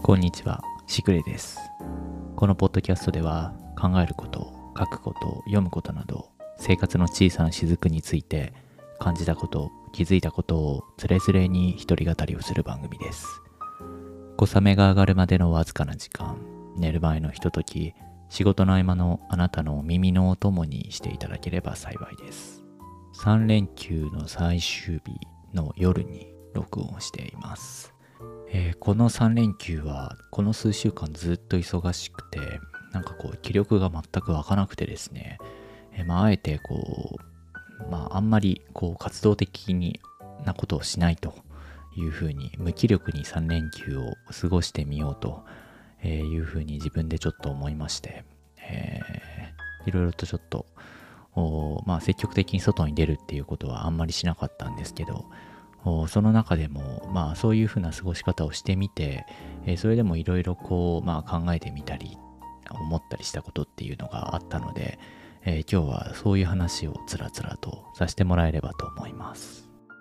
こんにちは、しぐれです。このポッドキャストでは考えること、書くこと、読むことなど生活の小さな雫について感じたこと、気づいたことをつれづれに一人語りをする番組です。小雨が上がるまでのわずかな時間、寝る前のひととき、仕事の合間のあなたの耳のお供にしていただければ幸いです。3連休の最終日の夜に録音しています。この3連休はこの数週間ずっと忙しくて、気力が全く湧かなくてですね、あえてあんまり活動的なことをしないというふうに、無気力に3連休を過ごしてみようというふうに自分でちょっと思いまして、いろいろとちょっと積極的に外に出るっていうことはあんまりしなかったんですけど、その中でもそういうふうな過ごし方をしてみて、それでもいろいろ考えてみたり思ったりしたことっていうのがあったので、今日はそういう話をつらつらとさせてもらえればと思います。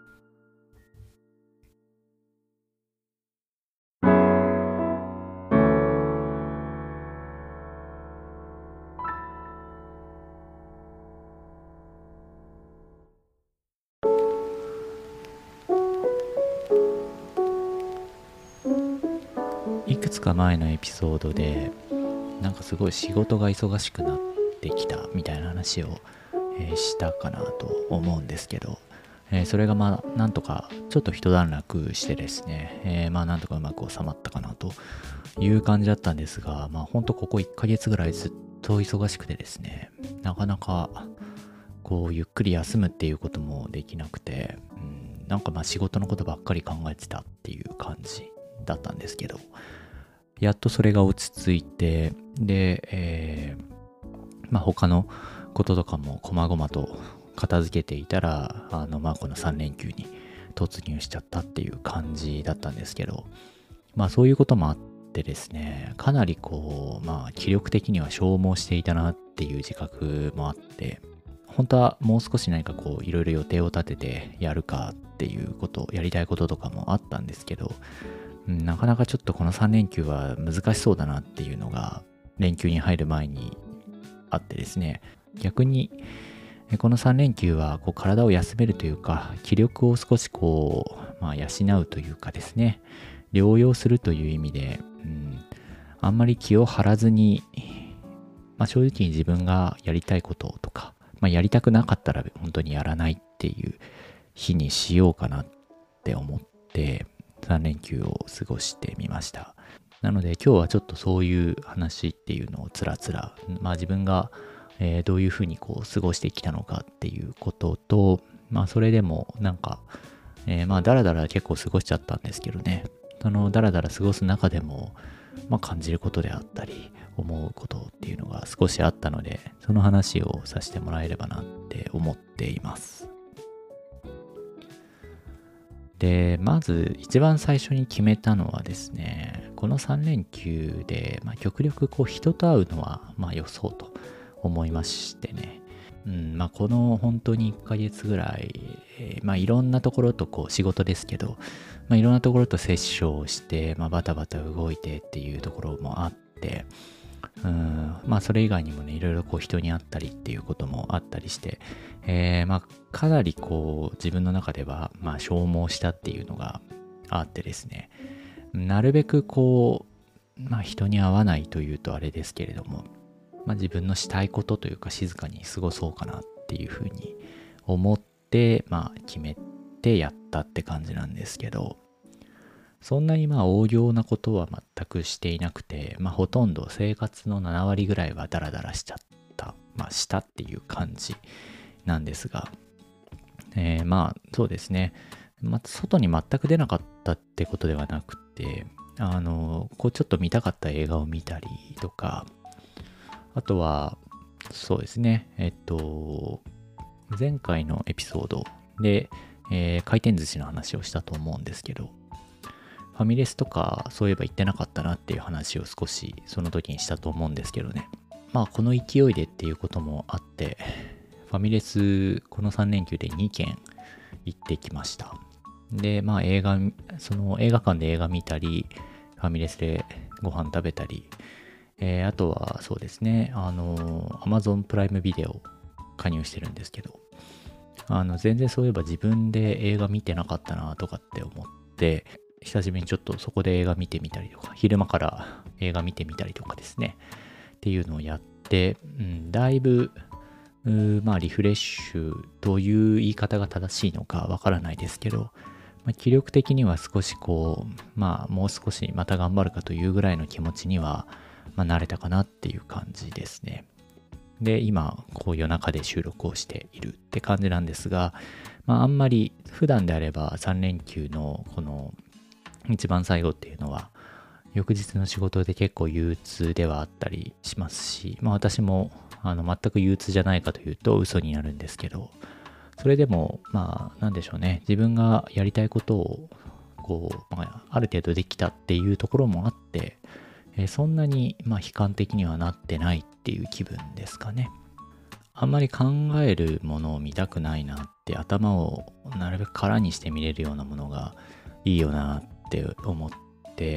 いくつか前のエピソードですごい仕事が忙しくなってきたみたいな話を、したかなと思うんですけど、それがなんとかちょっと一段落してですね、なんとかうまく収まったかなという感じだったんですが、ほんとここ1ヶ月ぐらいずっと忙しくてですね、なかなかゆっくり休むっていうこともできなくて、仕事のことばっかり考えてたっていう感じだったんですけど、やっとそれが落ち着いて、で、他のこととかも細々と片付けていたら、この3連休に突入しちゃったっていう感じだったんですけど、そういうこともあってですね、かなり気力的には消耗していたなっていう自覚もあって、本当はもう少し何かいろいろ予定を立ててやるかっていうこと、やりたいこととかもあったんですけど、なかなかちょっとこの3連休は難しそうだなっていうのが連休に入る前にあってですね、逆にこの3連休は体を休めるというか、気力を少し養うというかですね、療養するという意味で、あんまり気を張らずに、正直に自分がやりたいこととか、やりたくなかったら本当にやらないっていう日にしようかなって思って3連休を過ごしてみました。なので今日はちょっとそういう話っていうのをつらつら、自分がどういうふうに過ごしてきたのかっていうことと、それでもだらだら結構過ごしちゃったんですけどね、そのだらだら過ごす中でも、感じることであったり思うことっていうのが少しあったので、その話をさせてもらえればなって思っています。で、まず一番最初に決めたのはですね、この3連休で、極力人と会うのはよそうと思いましてね。この本当に1ヶ月ぐらい、いろんなところと仕事ですけど、いろんなところと接触して、バタバタ動いてっていうところもあって、それ以外にもね、いろいろ人に会ったりっていうこともあったりして、かなり自分の中では消耗したっていうのがあってですね、なるべく人に会わないというとあれですけれども、自分のしたいことというか静かに過ごそうかなっていうふうに思って、決めてやったって感じなんですけど、そんなに大行なことは全くしていなくて、ほとんど生活の7割ぐらいはダラダラしちゃった、したっていう感じなんですが、そうですね、外に全く出なかったってことではなくて、ちょっと見たかった映画を見たりとか、あとは、そうですね、前回のエピソードで、回転寿司の話をしたと思うんですけど、ファミレスとかそういえば行ってなかったなっていう話を少しその時にしたと思うんですけどね。この勢いでっていうこともあって、ファミレスこの3連休で2軒行ってきました。で、その映画館で映画見たり、フファミレスでご飯食べたり、あとはそうですね、Amazon プライムビデオ加入してるんですけど、全然そういえば自分で映画見てなかったなとかって思って、久しぶりにちょっとそこで映画見てみたりとか、昼間から映画見てみたりとかですね、っていうのをやって、だいぶ、リフレッシュという言い方が正しいのかわからないですけど、気力的には少しもう少しまた頑張るかというぐらいの気持ちには、慣れたかなっていう感じですね。で、今、夜中で収録をしているって感じなんですが、あんまり普段であれば3連休のこの一番最後っていうのは、翌日の仕事で結構憂鬱ではあったりしますし、私も全く憂鬱じゃないかというと嘘になるんですけど、それでもなんでしょうね、自分がやりたいことをある程度できたっていうところもあって、そんなに悲観的にはなってないっていう気分ですかね。あんまり考えるものを見たくないなって、頭をなるべく空にして見れるようなものがいいよなって思って、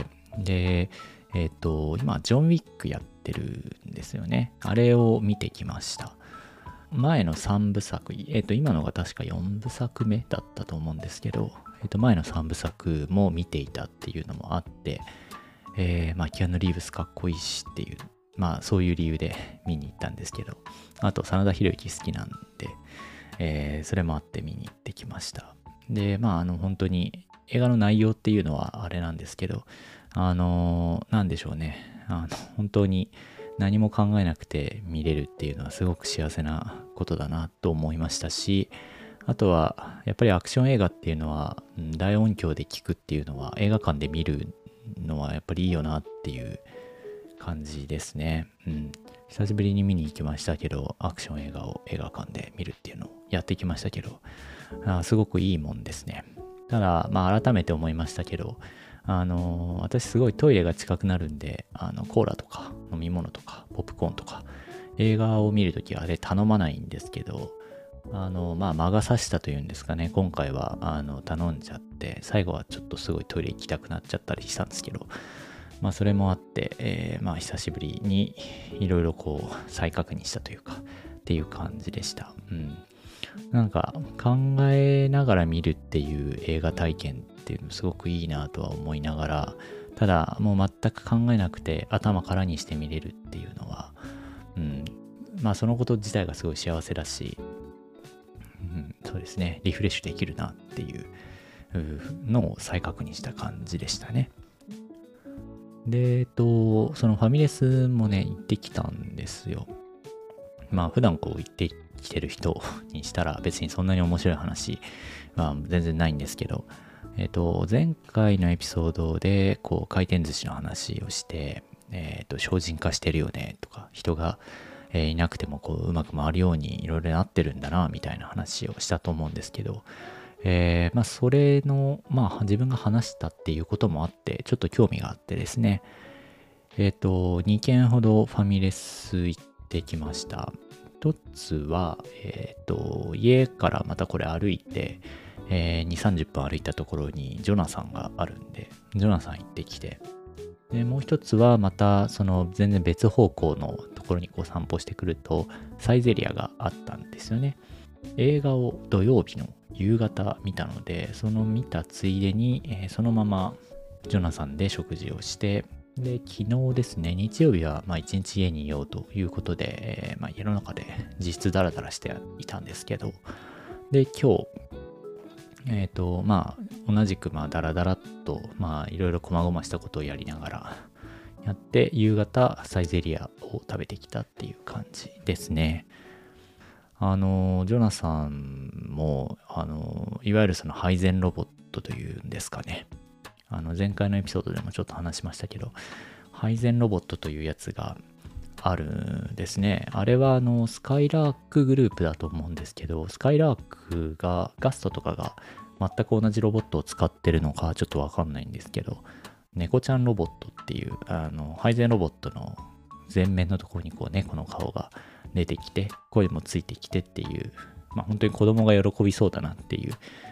で、今ジョン・ウィックやってるんですよね。あれを見てきました。前の3部作、今のが確か4部作目だったと思うんですけど、前の3部作も見ていたっていうのもあって、キアヌ・リーブスかっこいいしっていう、そういう理由で見に行ったんですけど、あと真田広之好きなんで、それもあって見に行ってきました。で、本当に映画の内容っていうのはあれなんですけど、なんでしょうね、本当に何も考えなくて見れるっていうのはすごく幸せなことだなと思いましたし、あとはやっぱりアクション映画っていうのは大音響で聞くっていうのは映画館で見るのはやっぱりいいよなっていう感じですね。久しぶりに見に行きましたけど、アクション映画を映画館で見るっていうのをやってきましたけど、すごくいいもんですね。ただ改めて思いましたけど、私すごいトイレが近くなるんで、コーラとか飲み物とかポップコーンとか映画を見るときはあれ頼まないんですけど、魔が差したというんですかね、今回は頼んじゃって、最後はちょっとすごいトイレ行きたくなっちゃったりしたんですけど、それもあって、久しぶりにいろいろ再確認したというかっていう感じでした。なんか考えながら見るっていう映画体験っていうのすごくいいなとは思いながら、ただもう全く考えなくて頭空にして見れるっていうのは、そのこと自体がすごい幸せだし、そうですね、リフレッシュできるなっていうのを再確認した感じでしたね。で、そのファミレスもね、行ってきたんですよ。普段行ってきてる人にしたら別にそんなに面白い話は全然ないんですけど、前回のエピソードで回転寿司の話をして、精進化してるよねとか、人がいなくてもうまく回るようにいろいろなってるんだなみたいな話をしたと思うんですけど、それの自分が話したっていうこともあってちょっと興味があってですね、2軒ほどファミレス行ってきました。一つは、家からまたこれ歩いて、2、30分歩いたところにジョナサンがあるんで、ジョナサン行ってきて、でもう一つはまたその全然別方向のところに散歩してくるとサイゼリアがあったんですよね。映画を土曜日の夕方見たので、その見たついでに、そのままジョナサンで食事をして、で昨日ですね、日曜日は一日家にいようということで、家の中で実質ダラダラしていたんですけど、で今日同じくダラダラっといろいろ細々したことをやりながらやって、夕方サイゼリアを食べてきたっていう感じですね。ジョナサンもいわゆるその配膳ロボットというんですかね、前回のエピソードでもちょっと話しましたけど、配膳ロボットというやつがあるんですね。あれはスカイラークグループだと思うんですけど、スカイラークがガストとかが全く同じロボットを使ってるのかちょっとわかんないんですけど、猫ちゃんロボットっていう配膳ロボットの前面のところに猫の顔が出てきて声もついてきてっていう、本当に子供が喜びそうだなっていう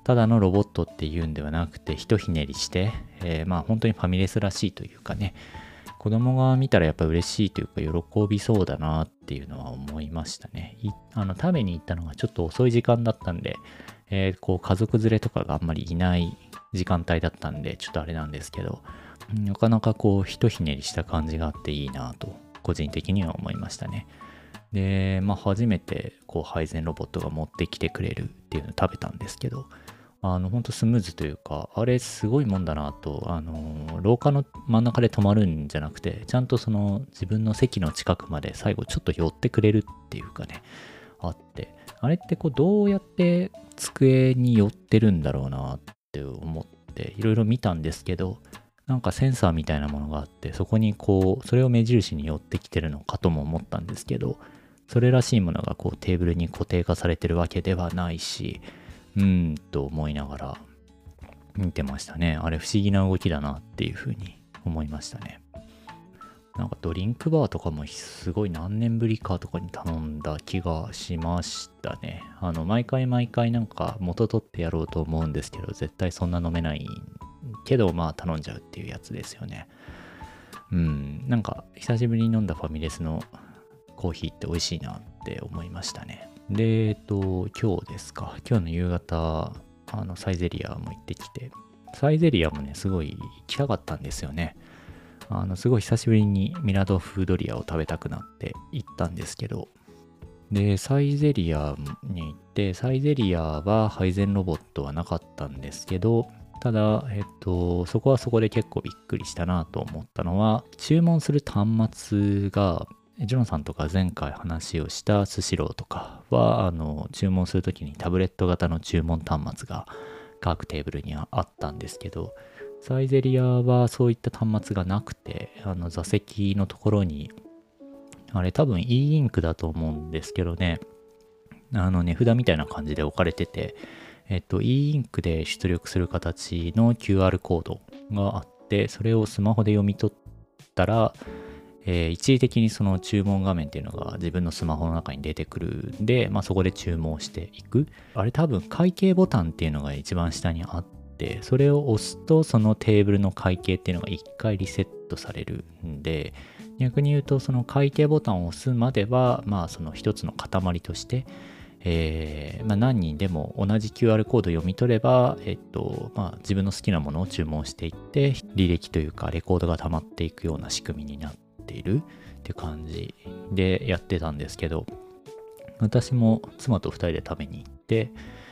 ただのロボットっていうんではなくて、ひとひねりして、本当にファミレスらしいというかね、子供が見たらやっぱ嬉しいというか喜びそうだなっていうのは思いましたね。食べに行ったのがちょっと遅い時間だったんで、こう家族連れとかがあんまりいない時間帯だったんで、ちょっとあれなんですけど、なかなかこうひとひねりした感じがあっていいなと個人的には思いましたね。で、初めてこう配膳ロボットが持ってきてくれるっていうのを食べたんですけど、ほんとスムーズというか、あれすごいもんだなと、廊下の真ん中で止まるんじゃなくて、ちゃんとその自分の席の近くまで最後ちょっと寄ってくれるっていうかね、あって、あれってこうどうやって机に寄ってるんだろうなって思っていろいろ見たんですけど、なんかセンサーみたいなものがあって、そこにこうそれを目印に寄ってきてるのかとも思ったんですけど、それらしいものがこうテーブルに固定化されてるわけではないし、と思いながら見てましたね。あれ不思議な動きだなっていうふうに思いましたね。なんかドリンクバーとかもすごい何年ぶりかとかに頼んだ気がしましたね。毎回なんか元取ってやろうと思うんですけど、絶対そんな飲めないけど、頼んじゃうっていうやつですよね。なんか久しぶりに飲んだファミレスのコーヒーって美味しいなって思いましたね。で、今日ですか。今日の夕方、サイゼリアも行ってきて、サイゼリアもね、すごい行きたかったんですよね。すごい久しぶりにミラドフードリアを食べたくなって行ったんですけど、で、サイゼリアに行って、サイゼリアは配膳ロボットはなかったんですけど、ただ、そこはそこで結構びっくりしたなと思ったのは、注文する端末が、ジョンさんとか前回話をしたスシローとかは、注文するときにタブレット型の注文端末が各テーブルにあったんですけど、サイゼリアはそういった端末がなくて、座席のところに、あれ多分 e インクだと思うんですけどね、値札みたいな感じで置かれてて、e インクで出力する形の QR コードがあって、それをスマホで読み取ったら、一時的にその注文画面っていうのが自分のスマホの中に出てくるんで、そこで注文していく。あれ多分会計ボタンっていうのが一番下にあって、それを押すとそのテーブルの会計っていうのが一回リセットされるんで、逆に言うとその会計ボタンを押すまでは、その一つの塊として、何人でも同じ QR コードを読み取れば、自分の好きなものを注文していって、履歴というかレコードが溜まっていくような仕組みになっているって感じでやってたんですけど、私も妻と2人で食べに行って、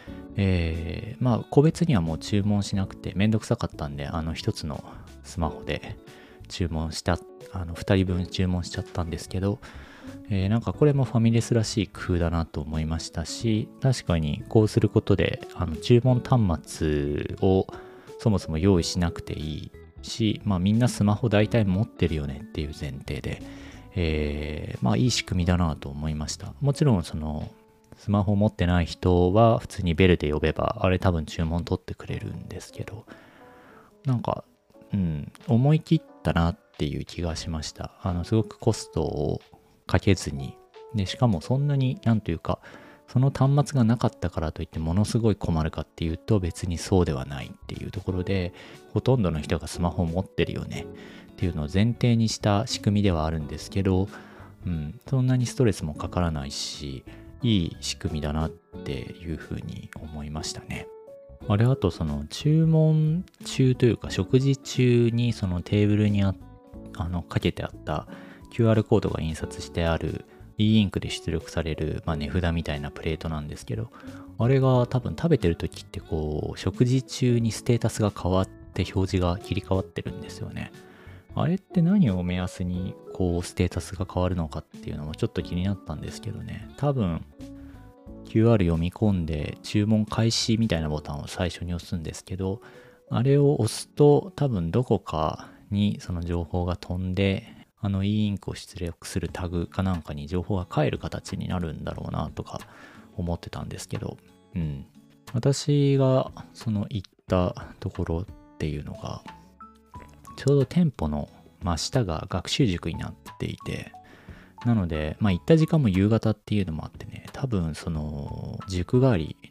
個別にはもう注文しなくてめんどくさかったんで、一つのスマホで注文した、2人分注文しちゃったんですけど、なんかこれもファミレスらしい工夫だなと思いましたし、確かにこうすることで注文端末をそもそも用意しなくていいし、みんなスマホ大体持ってるよねっていう前提で、いい仕組みだなと思いました。もちろんそのスマホ持ってない人は普通にベルで呼べばあれ多分注文取ってくれるんですけど、なんか思い切ったなっていう気がしました。すごくコストをかけずに、でしかもそんなになんというか、その端末がなかったからといってものすごい困るかっていうと別にそうではないっていうところで、ほとんどの人がスマホを持ってるよねっていうのを前提にした仕組みではあるんですけど、そんなにストレスもかからないし、いい仕組みだなっていうふうに思いましたね。あとその注文中というか食事中にそのテーブルにかけてあった QR コードが印刷してある e インクで出力される、値札みたいなプレートなんですけど、あれが多分食べてる時ってこう食事中にステータスが変わって表示が切り替わってるんですよね。あれって何を目安にこうステータスが変わるのかっていうのもちょっと気になったんですけどね。多分 QR 読み込んで注文開始みたいなボタンを最初に押すんですけど、あれを押すと多分どこかにその情報が飛んで、e インクを出力するタグかなんかに情報が返る形になるんだろうなとか思ってたんですけど、私がその行ったところっていうのがちょうど店舗の真下が学習塾になっていて、なので行った時間も夕方っていうのもあってね、多分その塾帰りの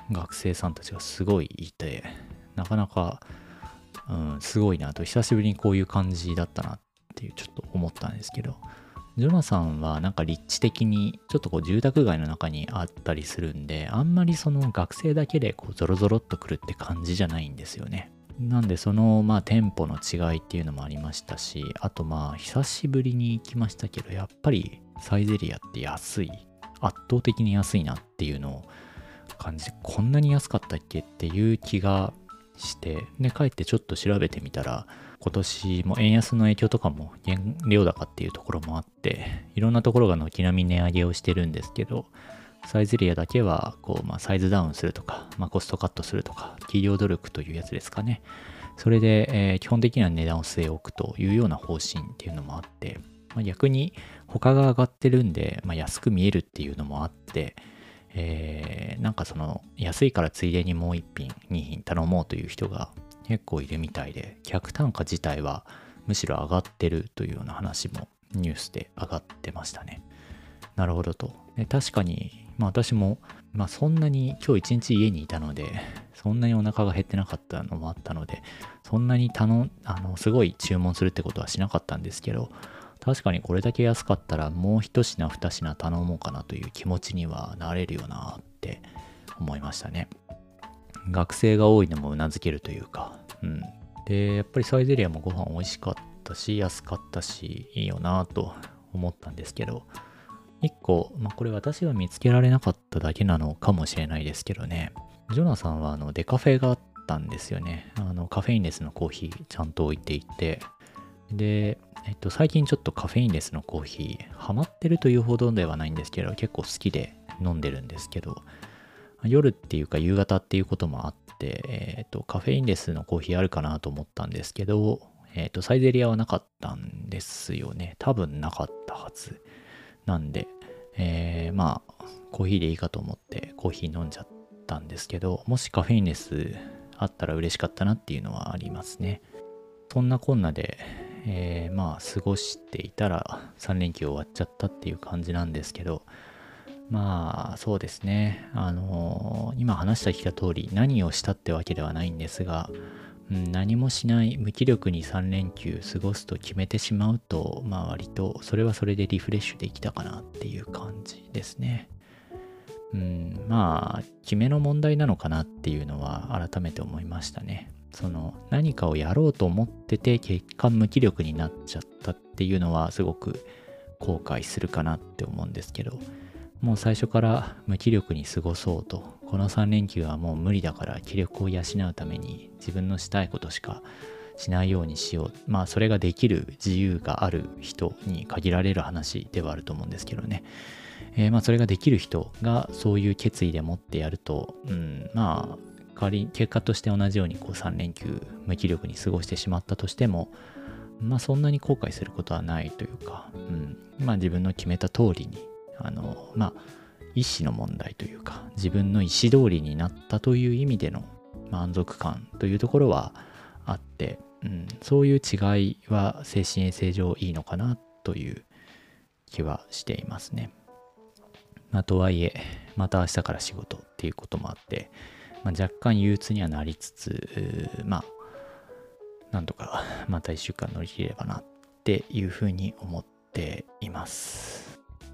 学生さんたちがすごいいて、なかなか、すごいなと、久しぶりにこういう感じだったなっていうちょっと思ったんですけど、ジョナサンはなんか立地的にちょっとこう住宅街の中にあったりするんで、あんまりその学生だけでこうゾロゾロっと来るって感じじゃないんですよね。なんでその店舗の違いっていうのもありましたし、あと久しぶりに行きましたけど、やっぱりサイゼリヤって安い、圧倒的に安いなっていうのを感じて、こんなに安かったっけっていう気がして、で帰ってちょっと調べてみたら、今年も円安の影響とかも原料高っていうところもあって、いろんなところが軒並み値上げをしてるんですけど、サイゼリヤだけはサイズダウンするとか、コストカットするとか、企業努力というやつですかね。それで、基本的には値段を据え置くというような方針っていうのもあって、逆に他が上がってるんで、安く見えるっていうのもあって、なんかその安いからついでにもう1品2品頼もうという人が結構いるみたいで、客単価自体はむしろ上がってるというような話もニュースで上がってましたね。なるほどと。で確かに、私も、そんなに今日一日家にいたので、そんなにお腹が減ってなかったのもあったので、そんなにすごい注文するってことはしなかったんですけど、確かにこれだけ安かったらもう一品二品頼もうかなという気持ちにはなれるよなって思いましたね。学生が多いのもうなずけるというか、で、やっぱりサイゼリヤもご飯美味しかったし、安かったし、いいよなと思ったんですけど、一個、これ私は見つけられなかっただけなのかもしれないですけどね、ジョナさんはデカフェがあったんですよね。カフェインレスのコーヒーちゃんと置いていて、で、最近ちょっとカフェインレスのコーヒーハマってるというほどではないんですけど、結構好きで飲んでるんですけど、夜っていうか夕方っていうこともあって、カフェインレスのコーヒーあるかなと思ったんですけど、サイゼリヤはなかったんですよね。多分なかったはず。なんで、コーヒーでいいかと思ってコーヒー飲んじゃったんですけど、もしカフェインレスあったら嬉しかったなっていうのはありますね。そんなこんなで、過ごしていたら3連休終わっちゃったっていう感じなんですけど、そうですね。今話してきた通り何をしたってわけではないんですが、何もしない無気力に3連休過ごすと決めてしまうと、割とそれはそれでリフレッシュできたかなっていう感じですね。決めの問題なのかなっていうのは改めて思いましたね。その何かをやろうと思ってて結果無気力になっちゃったっていうのはすごく後悔するかなって思うんですけど、もう最初から無気力に過ごそうと、この3連休はもう無理だから気力を養うために自分のしたいことしかしないようにしよう。それができる自由がある人に限られる話ではあると思うんですけどね。それができる人がそういう決意でもってやると、結果として同じように3連休無気力に過ごしてしまったとしても、そんなに後悔することはないというか、自分の決めた通りに、意思の問題というか、自分の意思通りになったという意味での満足感というところはあって、そういう違いは精神衛生上いいのかなという気はしていますね。とはいえ、また明日から仕事っていうこともあって、若干憂鬱にはなりつつ、なんとかまた1週間乗り切れればなっていうふうに思っています。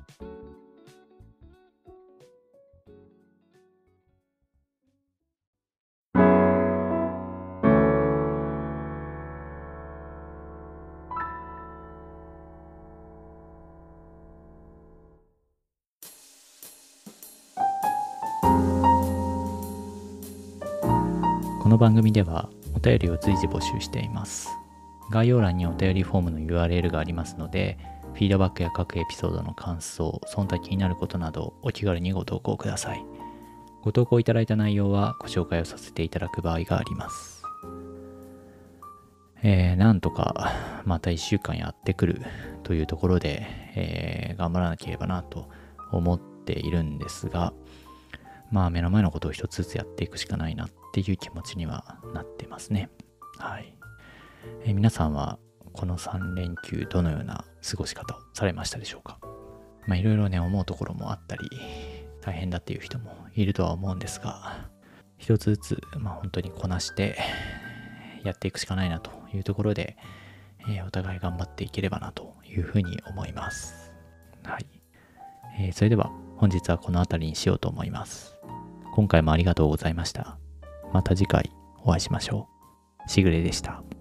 この番組ではお便りを随時募集しています。概要欄にお便りフォームの URL がありますので、フィードバックや各エピソードの感想、その他気になることなどお気軽にご投稿ください。ご投稿いただいた内容はご紹介をさせていただく場合があります。なんとかまた1週間やってくるというところで、頑張らなければなと思っているんですが、目の前のことを一つずつやっていくしかないなっていう気持ちにはなってますね。はい。皆さんはこの3連休どのような過ごし方をされましたでしょうか。いろいろね思うところもあったり大変だっていう人もいるとは思うんですが、 一つずつ、本当にこなしてやっていくしかないなというところで、お互い頑張っていければなというふうに思います。はい。それでは本日はこの辺りにしようと思います。今回もありがとうございました。また次回お会いしましょう。しぐれでした。